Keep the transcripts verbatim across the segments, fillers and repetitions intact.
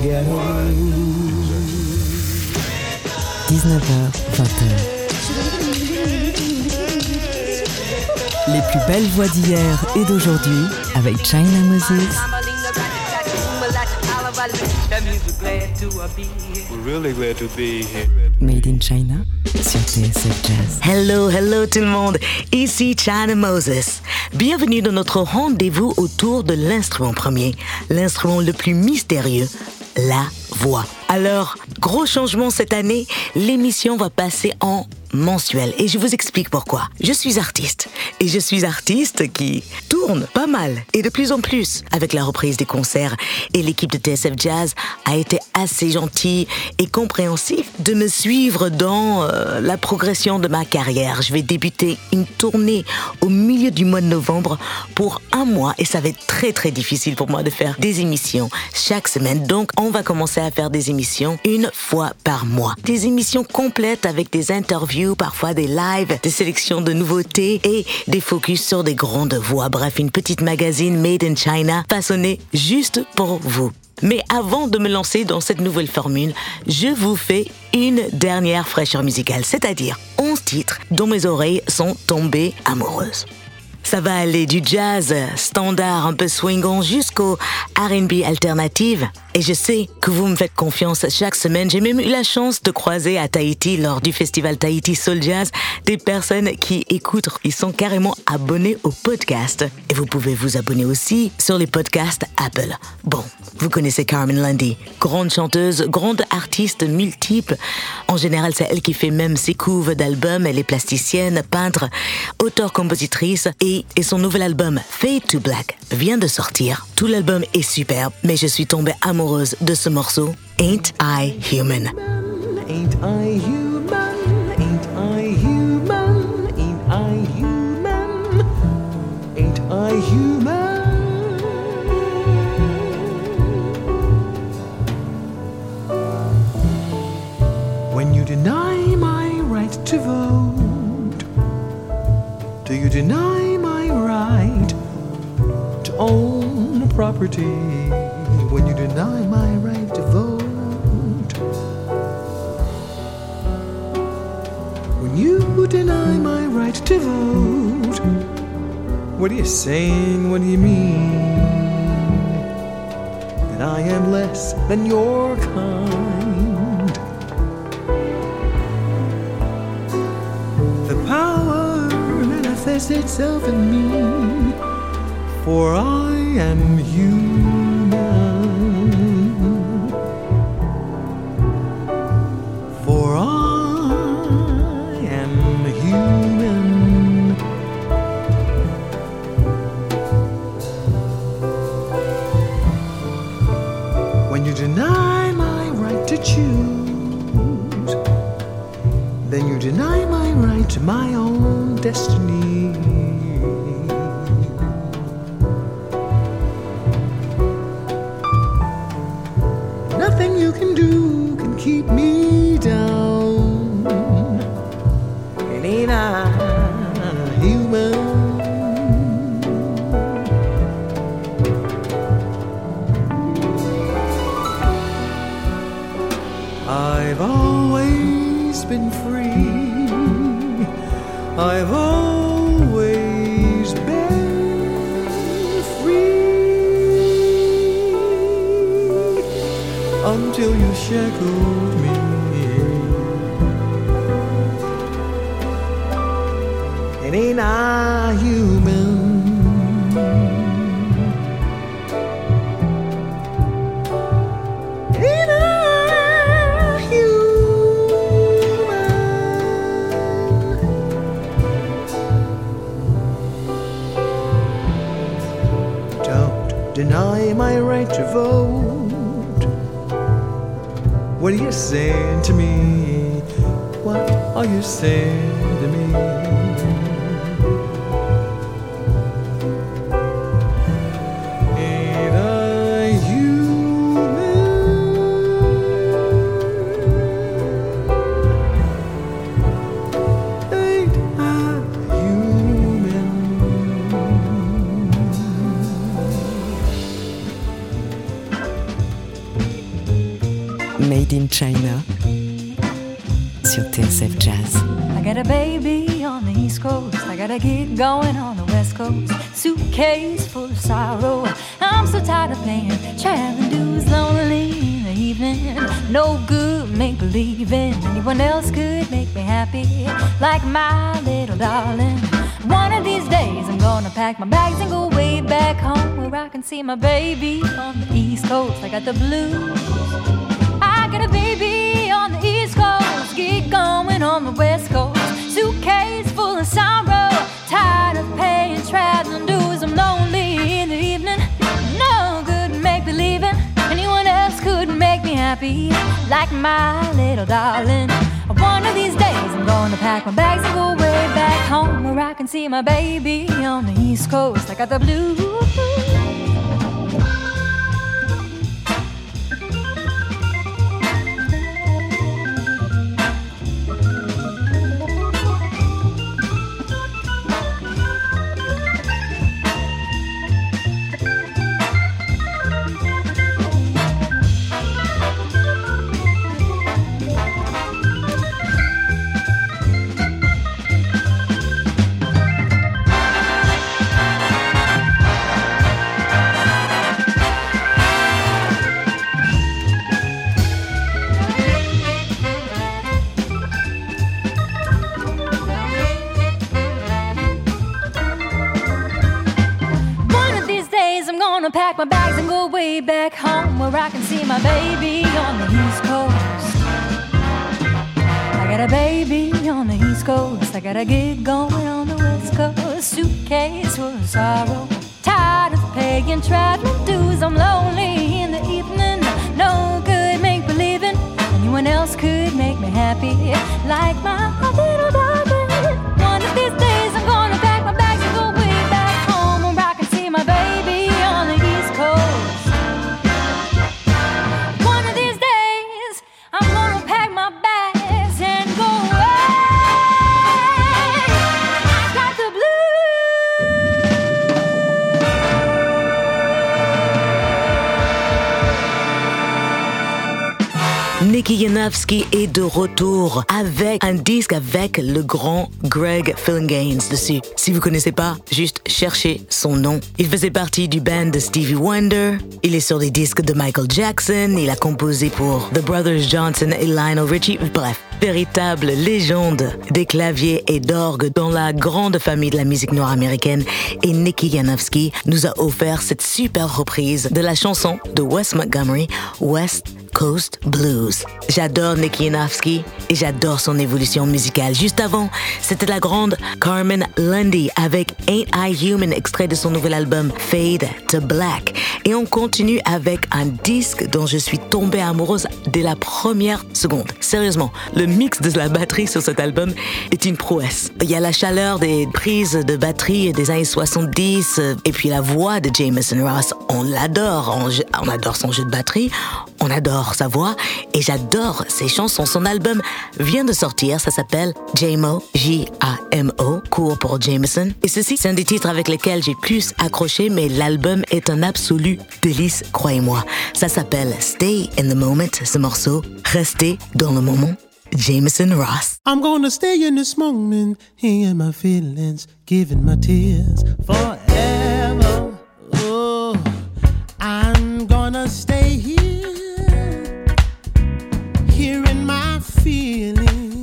together. dix-neuf heures, vingt heures. Les plus belles voix d'hier et d'aujourd'hui avec China Moses. We're really glad to be here. Made in China sur T S F Jazz. Hello, hello tout le monde, ici China Moses. Bienvenue dans notre rendez-vous autour de l'instrument premier, l'instrument le plus mystérieux, la voix. Alors, gros changement cette année, l'émission va passer en mensuel et je vous explique pourquoi. Je suis artiste et je suis artiste qui tourne pas mal et de plus en plus avec la reprise des concerts et l'équipe de T S F Jazz a été assez gentille et compréhensif de me suivre dans euh, la progression de ma carrière. Je vais débuter une tournée au milieu du mois de novembre pour un mois et ça va être très très difficile pour moi de faire des émissions chaque semaine. Donc on va commencer à faire des émissions une fois par mois. Des émissions complètes avec des interviews, parfois des lives, des sélections de nouveautés et des focus sur des grandes voix. Bref, une petite magazine made in China, façonnée juste pour vous. Mais avant de me lancer dans cette nouvelle formule, je vous fais une dernière fraîcheur musicale, c'est-à-dire onze titres dont mes oreilles sont tombées amoureuses. Ça va aller du jazz standard un peu swingant jusqu'au R and B alternative. Et je sais que vous me faites confiance chaque semaine. J'ai même eu la chance de croiser à Tahiti, lors du festival Tahiti Soul Jazz, des personnes qui écoutent. Ils sont carrément abonnés au podcast. Et vous pouvez vous abonner aussi sur les podcasts Apple. Bon, vous connaissez Carmen Lundy, grande chanteuse, grande artiste multiple. En général, c'est elle qui fait même ses couves d'albums. Elle est plasticienne, peintre, auteure-compositrice. Et, et son nouvel album, Fade to Black, vient de sortir. Tout l'album est superbe, mais je suis tombée amoureuse de ce morceau, Ain't I Human? Ain't I human? Ain't I human? Ain't I human? Ain't I human? When you deny my right to vote, do you deny my right to own property? When you deny my right to vote, when you deny my right to vote, what are you saying, what do you mean? That I am less than your kind. The power manifests itself in me, for I am human. For I am human. When you deny my right to choose, then you deny my right to my own destiny. Nothing you can do can keep me down. And ain't I human? I've always been free. I've always been free until you shackled me. And ain't I human? Ain't I human? Don't deny my right to vote. What are you saying to me? What are you saying to me? Ain't I human? Ain't I human? got a baby on the East Coast. I got a gig going on the West Coast. Suitcase full of sorrow. I'm so tired of playing traveling dudes, lonely in the evening. No good make believing anyone else could make me happy like my little darling. One of these days I'm gonna pack my bags and go way back home where I can see my baby on the East Coast. I got the blues. I got a baby on the East Coast, gig going on the West Coast. Suitcase full of sorrow, tired of paying traveling dues. I'm lonely in the evening, no good make believing anyone else could make me happy like my little darling. One of these days I'm gonna pack my bags and go way back home where I can see my baby on the East Coast. I got the blues. Pack my bags and go way back home where I can see my baby on the East Coast. I got a baby on the East Coast. I got a gig going on the West Coast. Suitcase full of sorrow, tired of paying traveling dues. I'm lonely in the evening, no good make believing anyone else could make me happy like my little darling. One of these days I'm gonna pack my bags and go way back home where I can see my baby on the East Coast. One of these days I'm gonna pack my bags and go away. I got the blues. Nikki Yanofsky est de retour avec un disque avec le grand Greg Phillinganes dessus. Si vous connaissez pas, juste cherchez son nom. Il faisait partie du band de Stevie Wonder. Il est sur des disques de Michael Jackson. Il a composé pour The Brothers Johnson et Lionel Richie. Bref, véritable légende des claviers et d'orgue dans la grande famille de la musique noire américaine. Et Nikki Yanofsky nous a offert cette super reprise de la chanson de Wes Montgomery, West Coast Blues. J'adore Nikki Yanofsky et j'adore son évolution musicale. Juste avant, c'était la grande Carmen Lundy avec Ain't I Human, extrait de son nouvel album Fade to Black. Et on continue avec un disque dont je suis tombée amoureuse dès la première seconde. Sérieusement, le mix de la batterie sur cet album est une prouesse. Il y a la chaleur des prises de batterie des années soixante-dix et puis la voix de Jameson Ross. On l'adore, on, on adore son jeu de batterie, on adore sa voix et j'adore ses chansons. Son album vient de sortir, ça s'appelle Jamo, J A M O, court pour Jameson. Et ceci, c'est un des titres avec lesquels j'ai plus accroché, mais l'album est un absolu délice, croyez-moi. Ça s'appelle Stay in the Moment, ce morceau, restez dans le moment. Jameson Ross. I'm gonna stay in this moment, in my feelings, giving my tears forever. Oh, I'm gonna stay here, here in my feelings.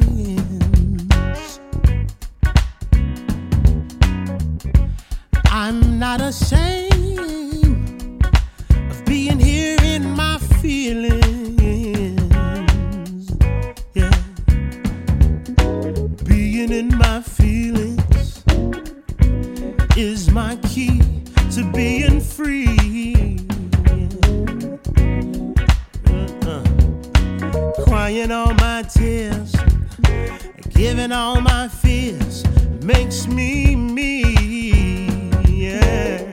I'm not ashamed of being here in my feelings. In my feelings is my key to being free. Uh-uh. Crying all my tears, giving all my fears makes me me. Yeah.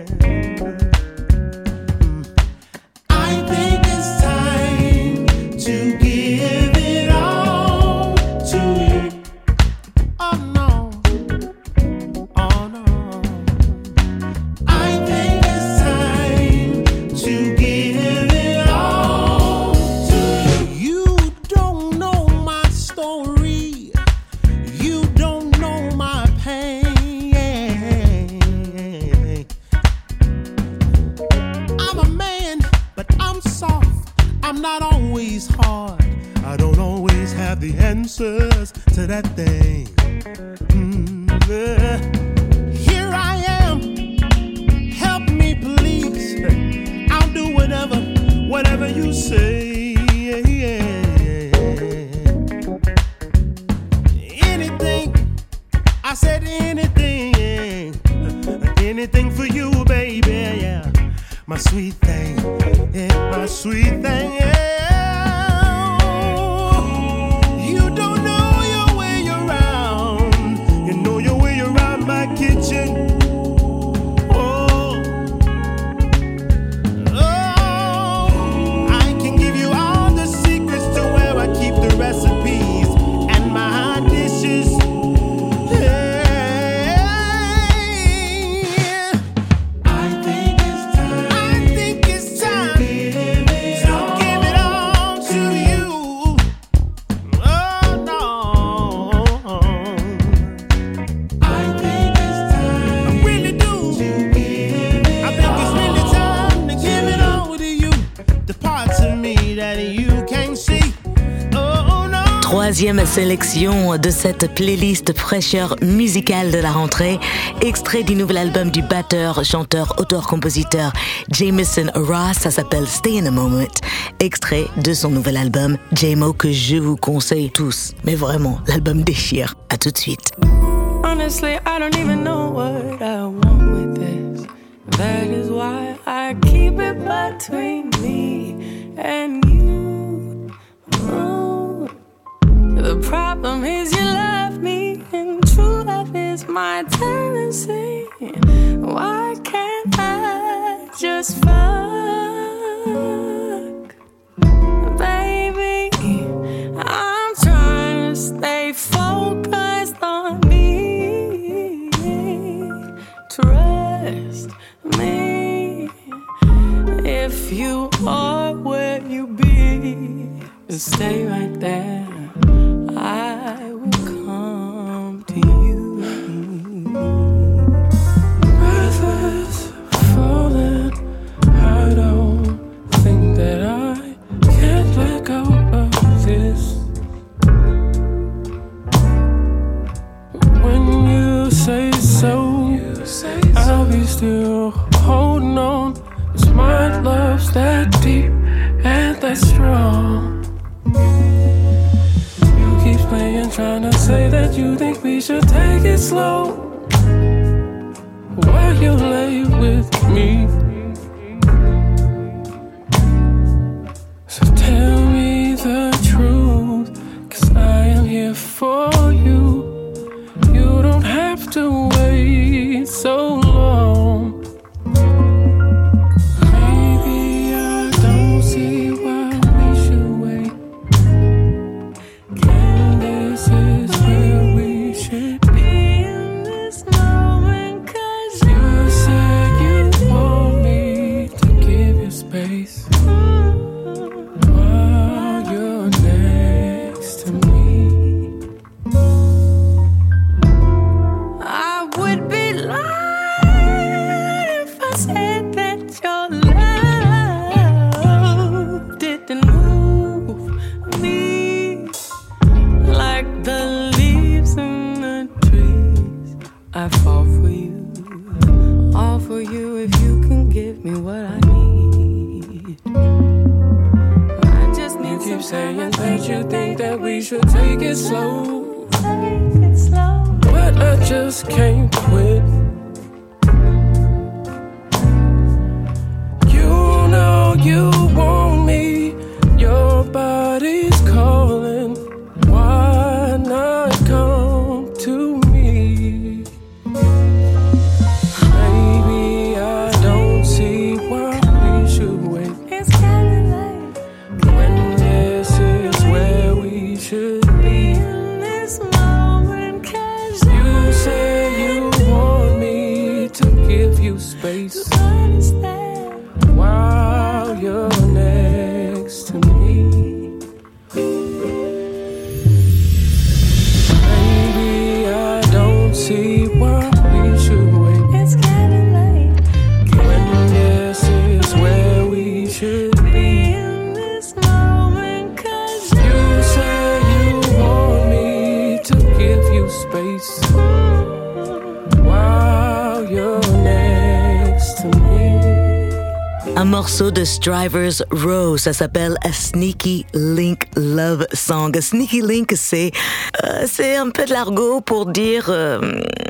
I think it's time to give it all to you. Oh no, oh no. I think it's time to give it all to you. You don't know my story. You don't I said anything, anything for you, baby, yeah. My sweet thing, yeah, my sweet thing, yeah. You don't know your way around, you know your way around my kitchen. Recipes and my dishes. Yeah. I think it's time. I think it's time to give it, to give it all to you. Oh no. I think it's time. I really do. To give it I think it's really time to give it all to you. The parts of me that you can't see. Troisième sélection de cette playlist fraîcheur musicale de la rentrée, extrait du nouvel album du batteur, chanteur, auteur-compositeur Jameson Ross, ça s'appelle Stay in a Moment, extrait de son nouvel album J-Mo que je vous conseille tous, mais vraiment, l'album déchire. À tout de suite. Honestly, I don't even know what I want with this. That is why I keep it between me and you. Oh. The problem is you love me, and true love is my tendency. Why can't I just fuck? Baby, I'm trying to stay focused on me. Trust me. If you are where you be, stay right there. I will come to you. Breath falling. I don't think that I can't let go of this. When you say so, I'll be still holding on. 'Cause my love's that deep and that strong. Playing, trying to say that you think we should take it slow while you lay with me. So tell me the truth, 'cause I am here for you. You don't have to wait so long. Maybe I don't see why we should wait. This is where we should be in this moment, 'cause you said you want me to give you space while you're next to me. I would be lying if I said that your love didn't move me like the leaves in the trees. I fall for you, all for you if you can give me what I need. I just need. You keep saying that you think that we should take it slow, take it slow. But I just can't quit. You know you want me, your body's calling. Why not come to me? Maybe I don't see why we should wait. It's kinda late when this is where we should be in this moment. 'Cause you say you want me to give you space while you're next to me. See why we should wait. It's kinda late when this is where we should be in this moment. 'Cause you say you want me to give you space while you're next to me. un morceau de Strivers Row, ça s'appelle A Sneaky Link Love Song. A Sneaky Link, c'est euh, c'est un peu de l'argot pour dire euh,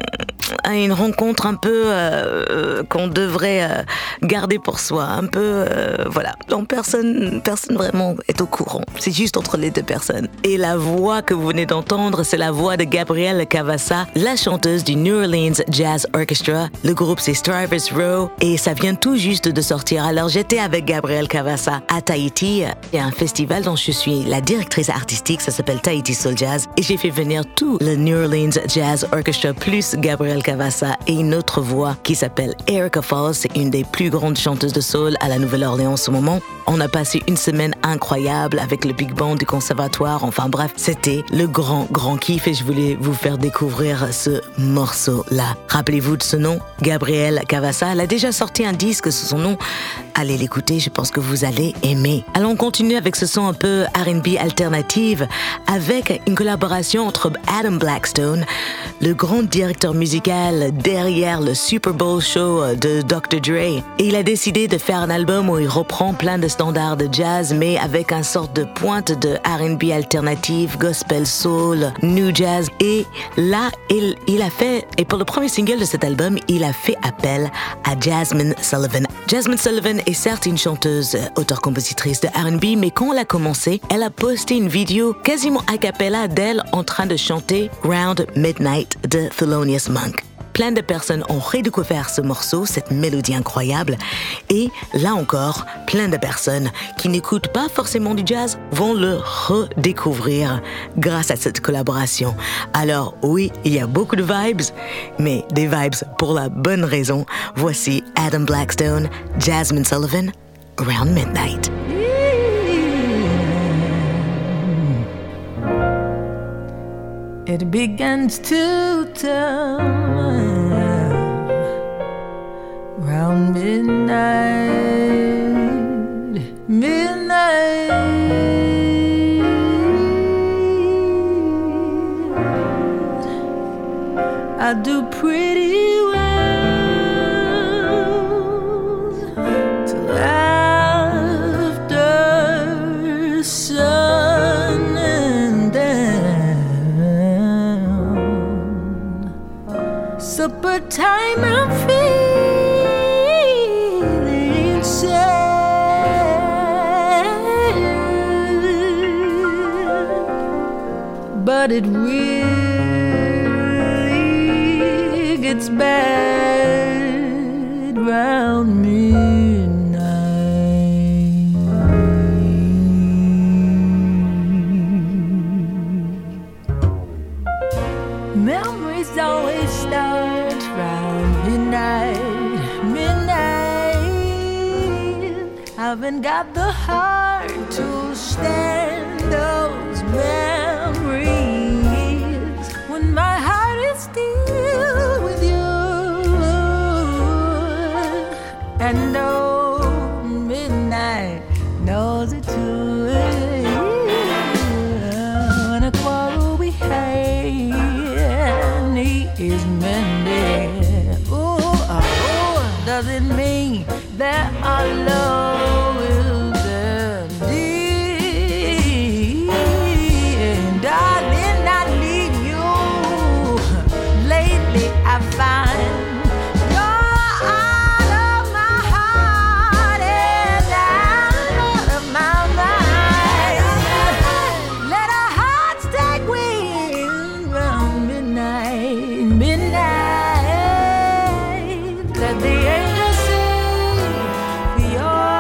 une rencontre un peu euh, qu'on devrait euh, garder pour soi, un peu euh, voilà. Donc personne personne vraiment est au courant. C'est juste entre les deux personnes. Et la voix que vous venez d'entendre, c'est la voix de Gabrielle Cavassa, la chanteuse du New Orleans Jazz Orchestra. Le groupe c'est Strivers Row et ça vient tout juste de sortir. Alors j'étais avec Gabrielle Cavassa à Tahiti. Il y a un festival dont je suis la directrice artistique, ça s'appelle Tahiti Soul Jazz et j'ai fait venir tout le New Orleans Jazz Orchestra plus Gabrielle Cavassa et une autre voix qui s'appelle Erica Falls. C'est une des plus grandes chanteuses de soul à la Nouvelle-Orléans en ce moment. On a passé une semaine incroyable avec le Big Band du conservatoire. Enfin bref, c'était le grand, grand kiff et je voulais vous faire découvrir ce morceau-là. Rappelez-vous de ce nom, Gabrielle Cavassa. Elle a déjà sorti un disque sous son nom. Allez l'écouter, je pense que vous allez aimer. Allons continuer avec ce son un peu R and B alternative avec une collaboration entre Adam Blackstone, le grand directeur musical derrière le Super Bowl show de docteur Dre. Et il a décidé de faire un album où il reprend plein de standards de jazz, mais avec un sorte de pointe de R and B alternative, gospel soul, new jazz. Et là, il, il a fait, et pour le premier single de cet album, il a fait appel à Jazmine Sullivan. Jazmine Sullivan est certes une chanteuse, auteure-compositrice de R and B, mais quand elle a commencé, elle a posté une vidéo quasiment a cappella d'elle en train de chanter Round Midnight de Thelonious Monk. Plein de personnes ont redécouvert ce morceau, cette mélodie incroyable. Et là encore, plein de personnes qui n'écoutent pas forcément du jazz vont le redécouvrir grâce à cette collaboration. Alors oui, il y a beaucoup de vibes, mais des vibes pour la bonne raison. Voici Adam Blackstone, Jazmine Sullivan, Around Midnight. It begins to turn round midnight, midnight. I do pretty well till after sun and down. Supper time, I'm feeling sad, but it really gets bad round midnight. Memories always start round midnight, midnight. Haven't got the heart to stand those memories when my heart is still with you. And oh, midnight knows it too. When a quarrel we had is mended. Ooh, oh, doesn't mean that our love will end. Darling, I need you. Lately I find you're out of my heart and out of my mind. Let our hearts take wing round midnight, midnight. Let the angels sing for your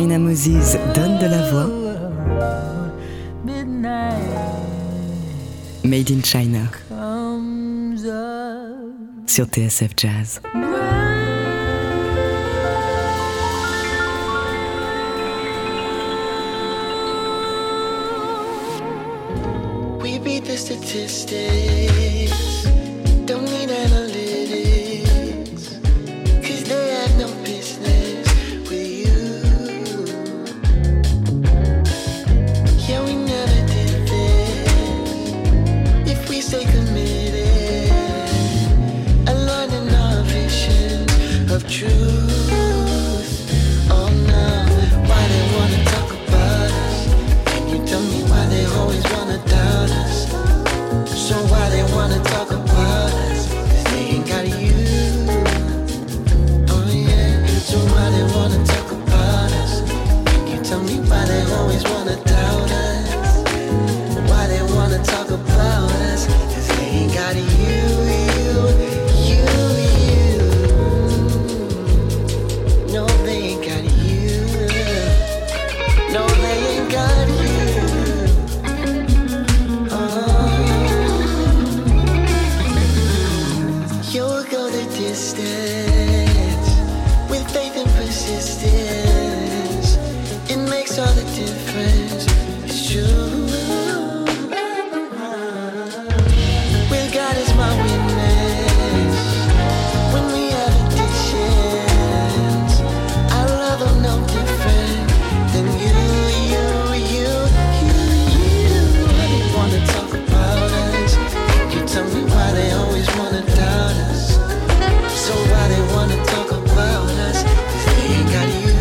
China Moses donne de la voix. Made in China sur T S F Jazz. We beat the statistics, don't need analytics, cause they have no business with you. Yeah, we never did this, if we stay committed, aligning our visions of truth. Oh no, why they wanna talk about us? Can you tell me why they always wanna doubt us? So why they wanna talk about us? Cause they ain't got you. Oh yeah. So why they wanna talk about us? Can you tell me why they always wanna doubt us? Why they wanna talk about us? Cause they ain't got you, you, you, you. No, they ain't got you. No, they ain't got you. You'll go the distance with faith and persistence. It makes all the difference. It's true. With God as my witness, when we have additions, I love them no different than you, you, you, you, you. Why they wanna talk about us? Can you tell me why they always wanna doubt us? So why they wanna talk about us? Cause they ain't got you.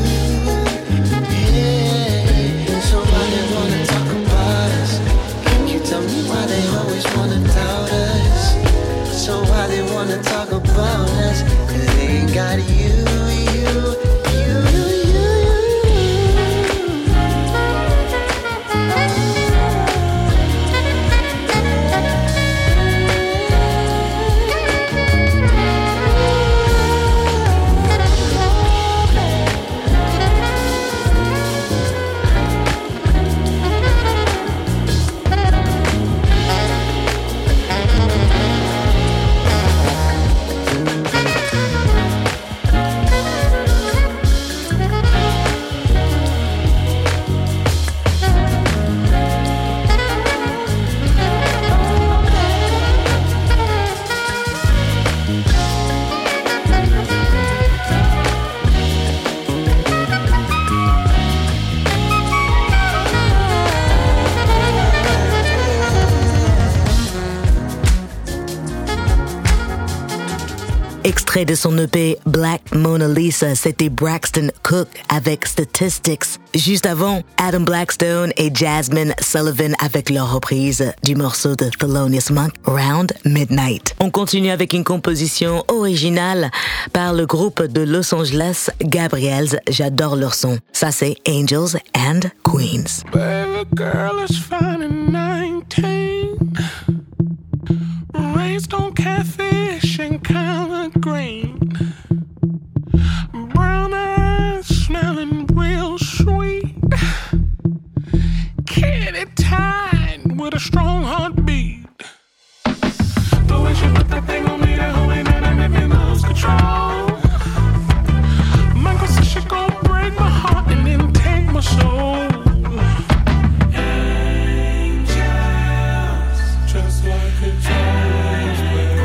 Yeah. So why they wanna talk about us? Can you tell me why they always wanna doubt us? So why they wanna talk about us? Cause they ain't got you, you, you, you, you. Extrait de son E P Black Mona Lisa, c'était Braxton Cook avec Statistics. Juste avant, Adam Blackstone et Jasmine Sullivan avec leur reprise du morceau de Thelonious Monk, Round Midnight. On continue avec une composition originale par le groupe de Los Angeles, Gabriels. J'adore leur son. Ça, c'est Angels and Queens. Baby girl is fine and nineteen, raised on catfish and collard green, brown eyes smelling real sweet, kitty tied with a strong heartbeat. The way she put that thing on me, that whole ain't that make me lose control. Michael said she gon' break my heart and then take my soul. Angels, just like a jazz band.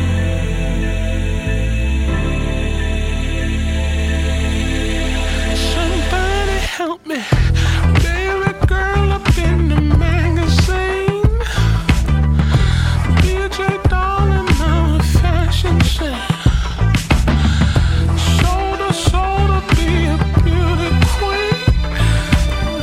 Somebody help me, baby girl up in the magazine. D J darling, now a fashion scene. Sold her, sold her, be a beauty queen.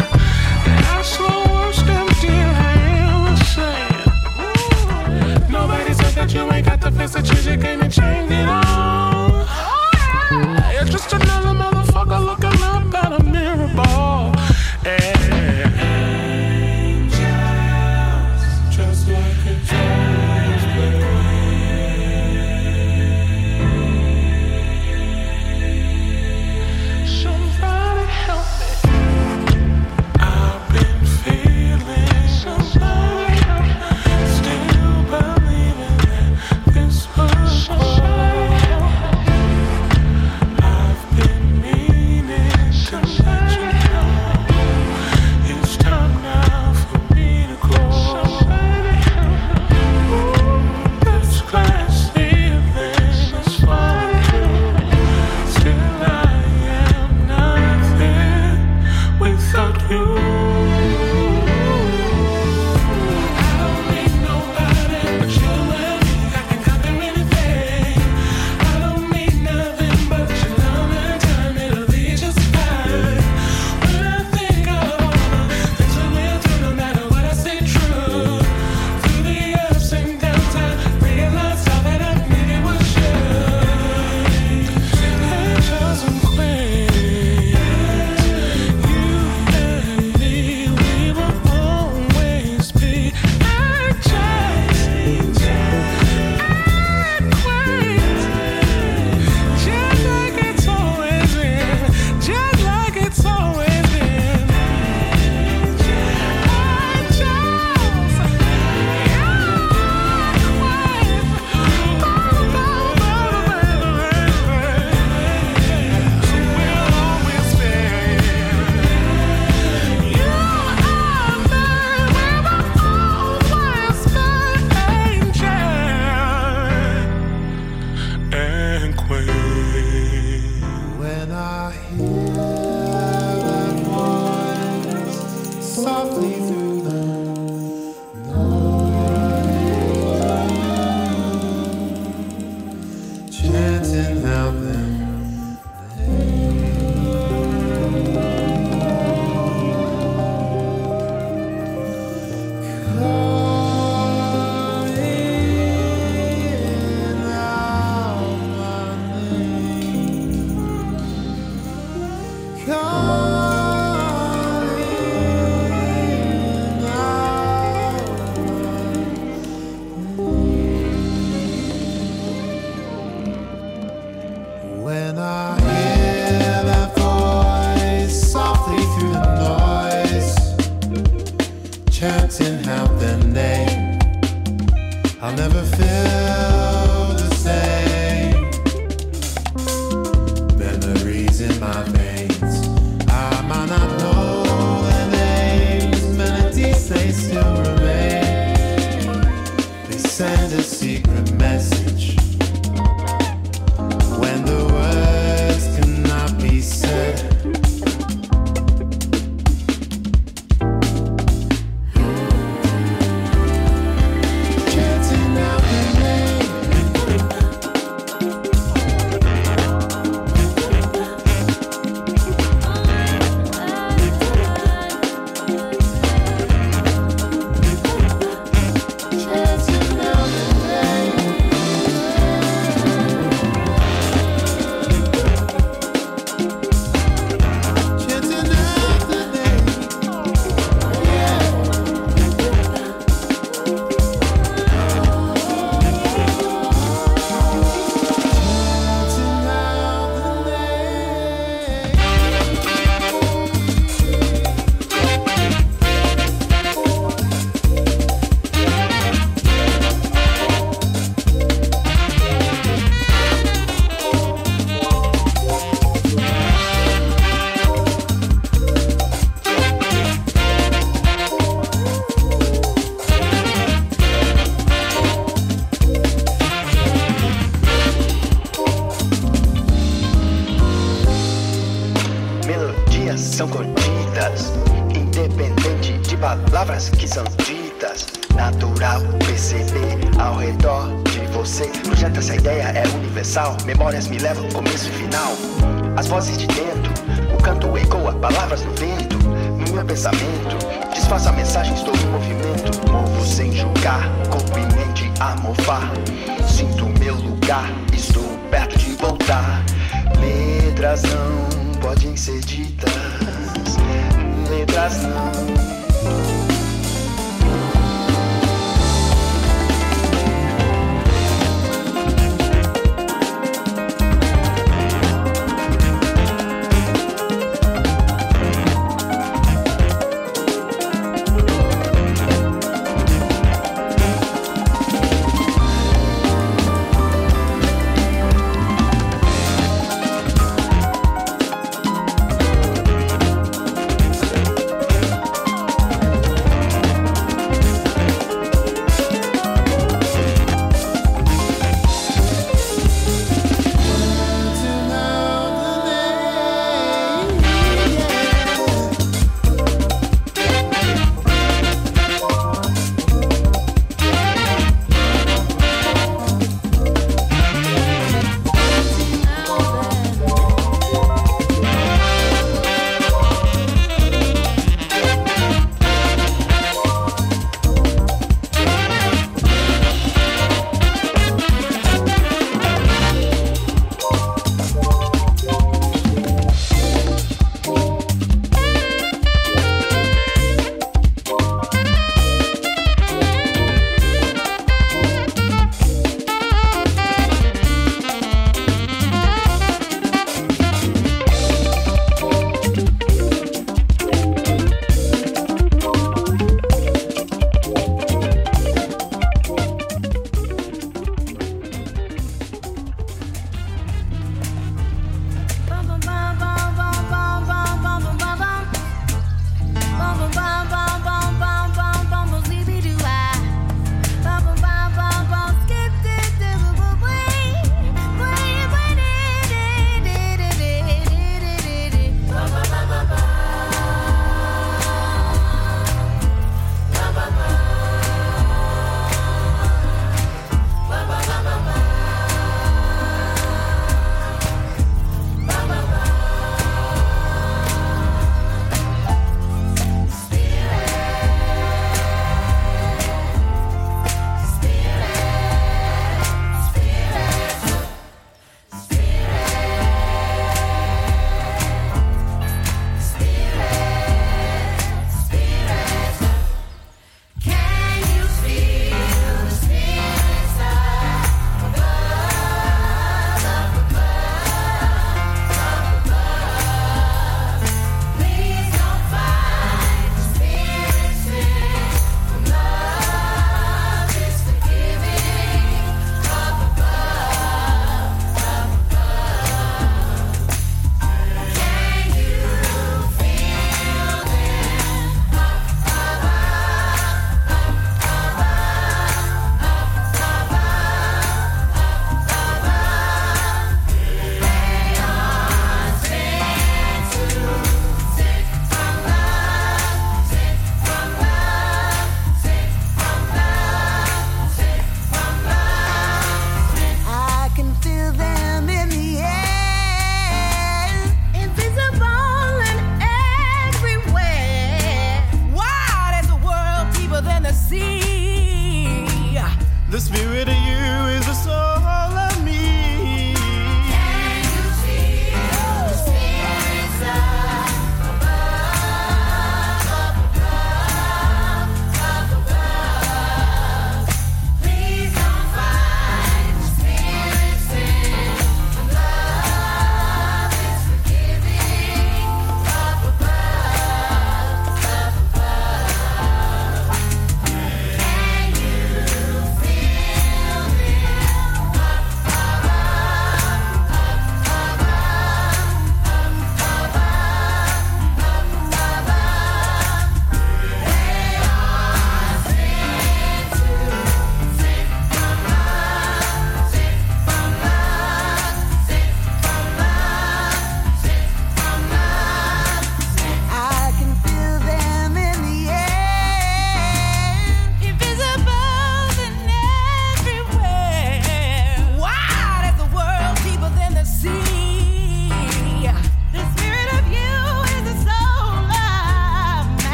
São curtidas, independente de palavras que são ditas. Natural perceber ao redor de você. Projeta essa ideia, é universal. Memórias me levam começo e final. As vozes de dentro, o canto ecoa, palavras no vento. No meu pensamento, disfarça a mensagem, estou em movimento. Movo sem julgar, corpo e mente a mofar. Sinto meu lugar, estou perto de voltar. Letras não podem ser ditas. Letras não.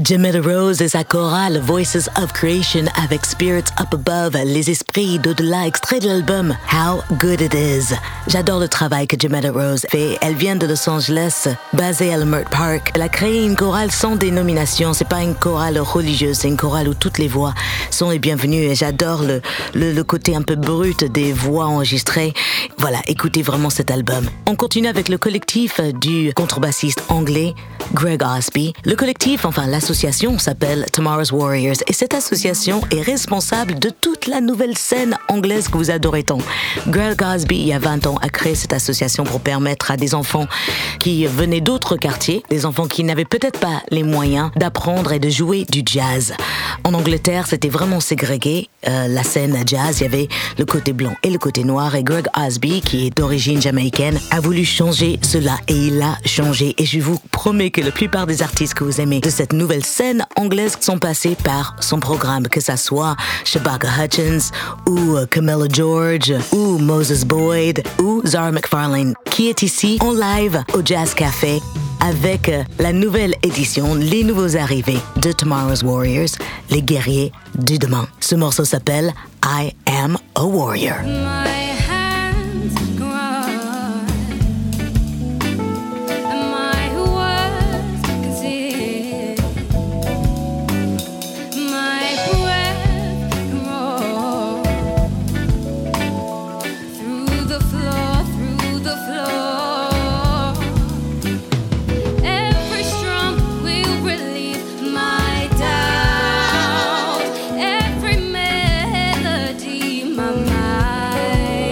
Jametta Rose et sa chorale Voices of Creation avec Spirits Up Above, les esprits d'au-delà, extrait de l'album How Good It Is. J'adore le travail que Jametta Rose fait. Elle vient de Los Angeles, basée à Leimert Park. Elle a créé une chorale sans dénomination. C'est pas une chorale religieuse, c'est une chorale où toutes les voix sont les bienvenues. Et j'adore le, le, le côté un peu brut des voix enregistrées. Voilà, écoutez vraiment cet album. On continue avec le collectif du contrebassiste anglais Greg Osby. Le collectif, enfin l'association, s'appelle Tomorrow's Warriors et cette association est responsable de toute la nouvelle scène anglaise que vous adorez tant. Greg Osby, il y a vingt ans, a créé cette association pour permettre à des enfants qui venaient d'autres quartiers, des enfants qui n'avaient peut-être pas les moyens d'apprendre et de jouer du jazz. En Angleterre, c'était vraiment ségrégué. Euh, la scène jazz, il y avait le côté blanc et le côté noir et Greg Osby, qui est d'origine jamaïcaine, a voulu changer cela et il a changé. Et je vous promets que la plupart des artistes que vous aimez de cette nouvelle scène anglaise sont passés par son programme, que ça soit Shabaka Hutchins ou Camilla George ou Moses Boyd ou Zara McFarlane, qui est ici en live au Jazz Café avec la nouvelle édition, les nouveaux arrivés de Tomorrow's Warriors, les guerriers du demain. Ce morceau s'appelle I Am a Warrior. Every melody, my mind.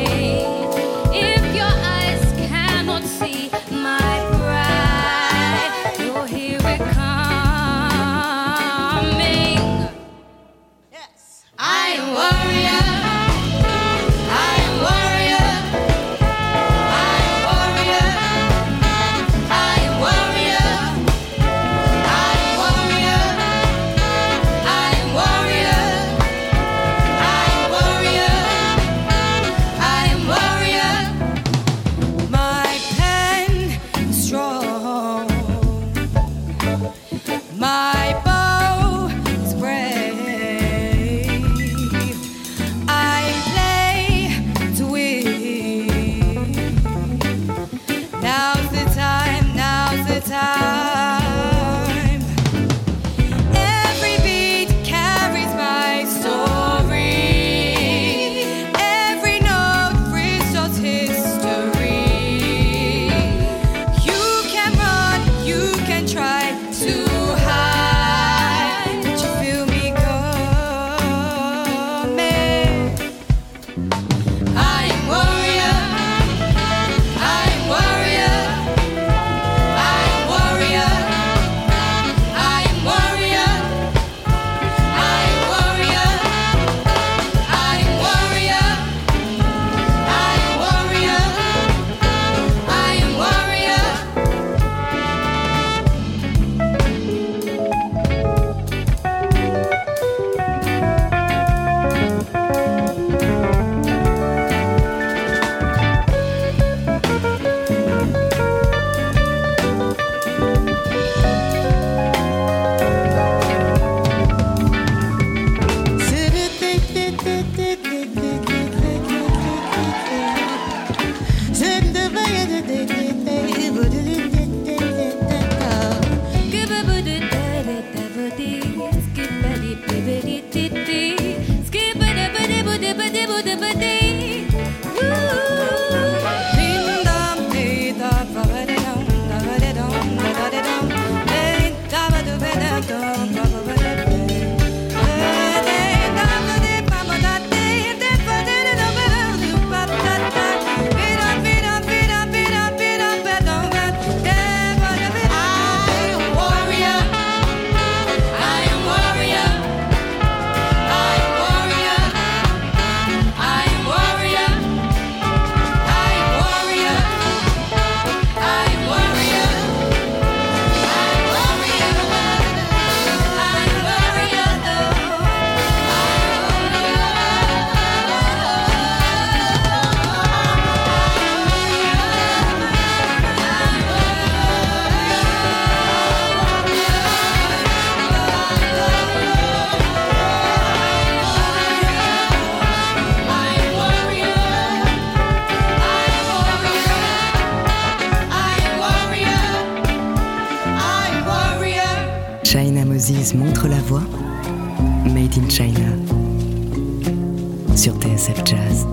gourmandise montre la voie. Made in China sur T S F Jazz.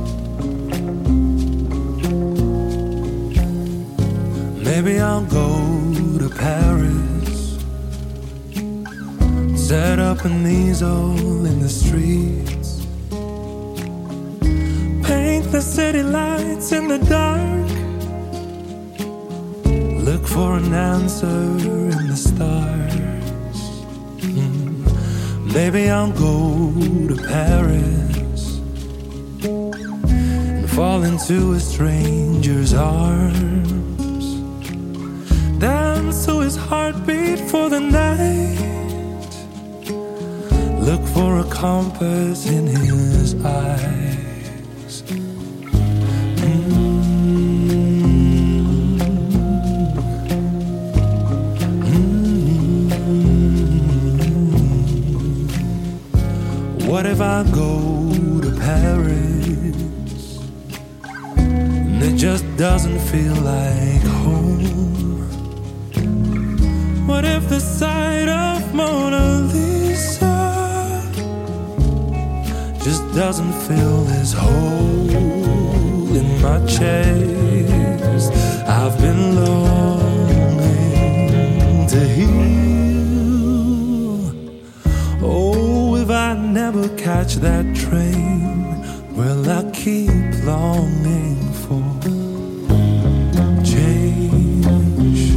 Maybe I'll go to Paris, set up an easel in the streets, paint the city lights in the dark, look for an answer in the stars. Mm. Maybe I'll go to Paris and fall into a stranger's arms, dance to his heartbeat for the night, look for a compass in his eyes. Mm. What if I go to Paris and it just doesn't feel like home? What if the sight of Mona Lisa just doesn't feel this hole in my chest? I've been longing to heal. Oh, if I never catch that train, will I keep longing for change?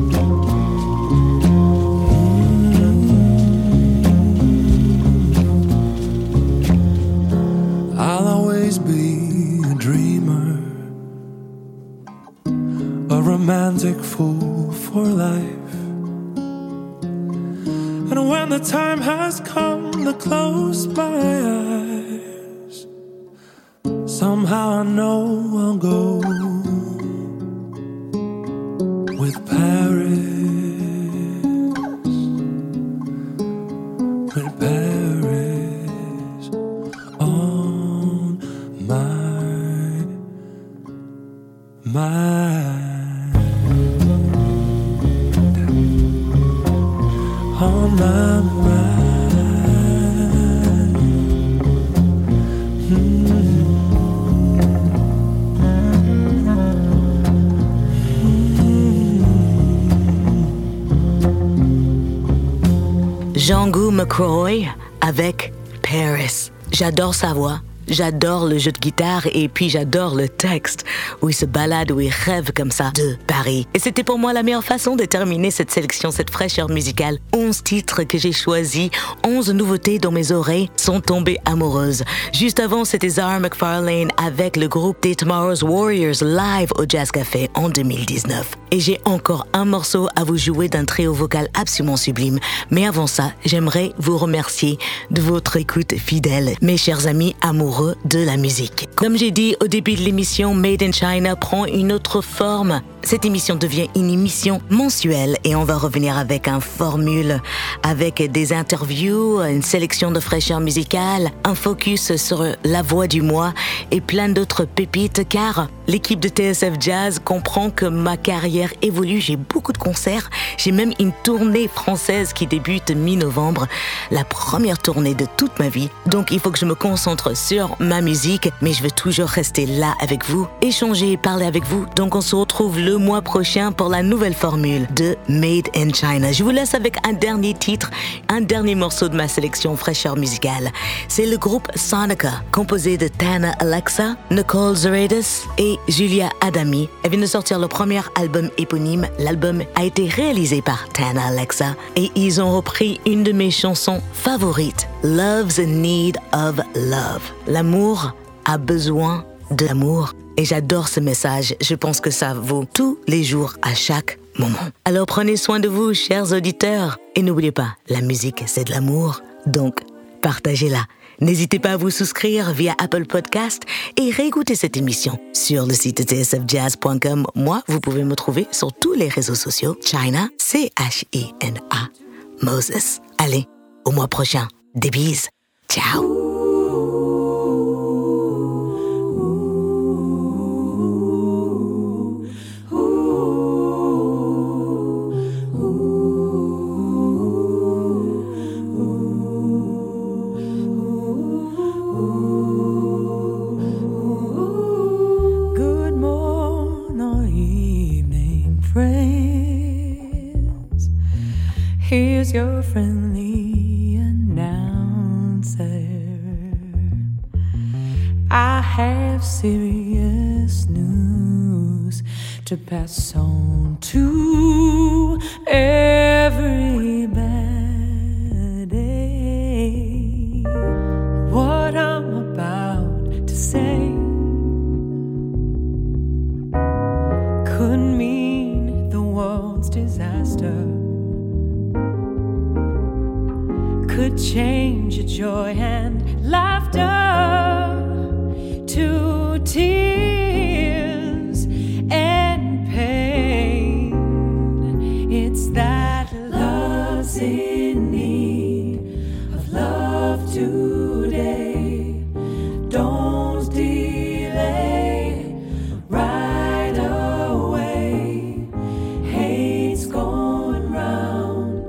Mm. I'll always be a dreamer, a romantic fool for life. And when the time has come to close my eyes, somehow I know I'll go with Paris, with Paris on my mind, on my mind. Django McCroy avec Paris. J'adore sa voix. J'adore le jeu de guitare et puis j'adore le texte où il se balade, où il rêve comme ça de Paris. Et c'était pour moi la meilleure façon de terminer cette sélection, cette fraîcheur musicale. Onze titres que j'ai choisis, onze nouveautés dont mes oreilles sont tombées amoureuses. Juste avant, c'était Zara McFarlane avec le groupe des Tomorrow's Warriors live au Jazz Café en deux mille dix-neuf. Et j'ai encore un morceau à vous jouer d'un trio vocal absolument sublime. Mais avant ça, j'aimerais vous remercier de votre écoute fidèle, mes chers amis amoureux de la musique. Comme j'ai dit au début de l'émission, Made in China prend une autre forme. Cette émission devient une émission mensuelle et on va revenir avec un formule, avec des interviews, une sélection de fraîcheur musicale, un focus sur la voix du mois et plein d'autres pépites car l'équipe de T S F Jazz comprend que ma carrière évolue. J'ai beaucoup de concerts, j'ai même une tournée française qui débute mi-novembre, la première tournée de toute ma vie. Donc il faut que je me concentre sur ma musique, mais je veux toujours rester là avec vous, échanger et parler avec vous. Donc on se retrouve le mois prochain pour la nouvelle formule de Made in China. Je vous laisse avec un dernier titre, un dernier morceau de ma sélection fraîcheur musicale. C'est le groupe Sonica, composé de Tana Alexa, Nicole Zoradis et Julia Adami. Elle vient de sortir le premier album éponyme. L'album a été réalisé par Tana Alexa et ils ont repris une de mes chansons favorites, Love's in Need of Love. L'amour a besoin de l'amour. Et j'adore ce message. Je pense que ça vaut tous les jours, à chaque moment. Alors prenez soin de vous, chers auditeurs. Et n'oubliez pas, la musique, c'est de l'amour. Donc, partagez-la. N'hésitez pas à vous souscrire via Apple Podcast et réécouter cette émission sur le site t s f jazz point com. Moi, vous pouvez me trouver sur tous les réseaux sociaux. China, C H I N A, Moses. Allez, au mois prochain. Des bises. Ciao. friends. Here's your friendly announcer. I have serious news to pass on to everybody. What I'm about to say could mean the world's disaster, could change your joy and laughter to tears and pain. It's that love's in need of love today. Don't delay, right away. Hate's going round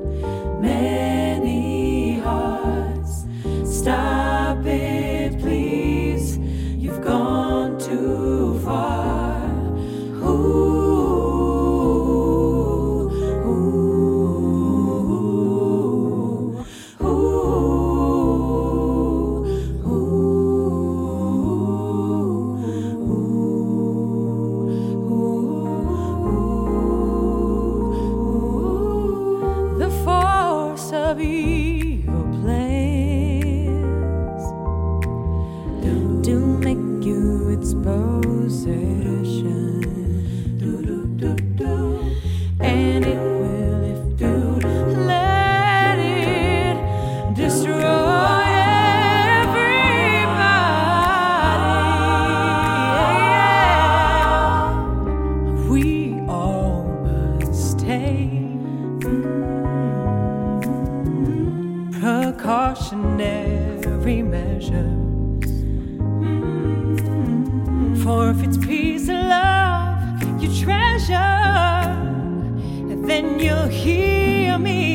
many hearts. Stop it, please. You've gone too far. Ooh, ooh, ooh, ooh, ooh. The force of evil plans to make you its possession, and it will if you let it destroy everybody. We all must take precautionary measures. For if it's peace and love you treasure, then you'll hear me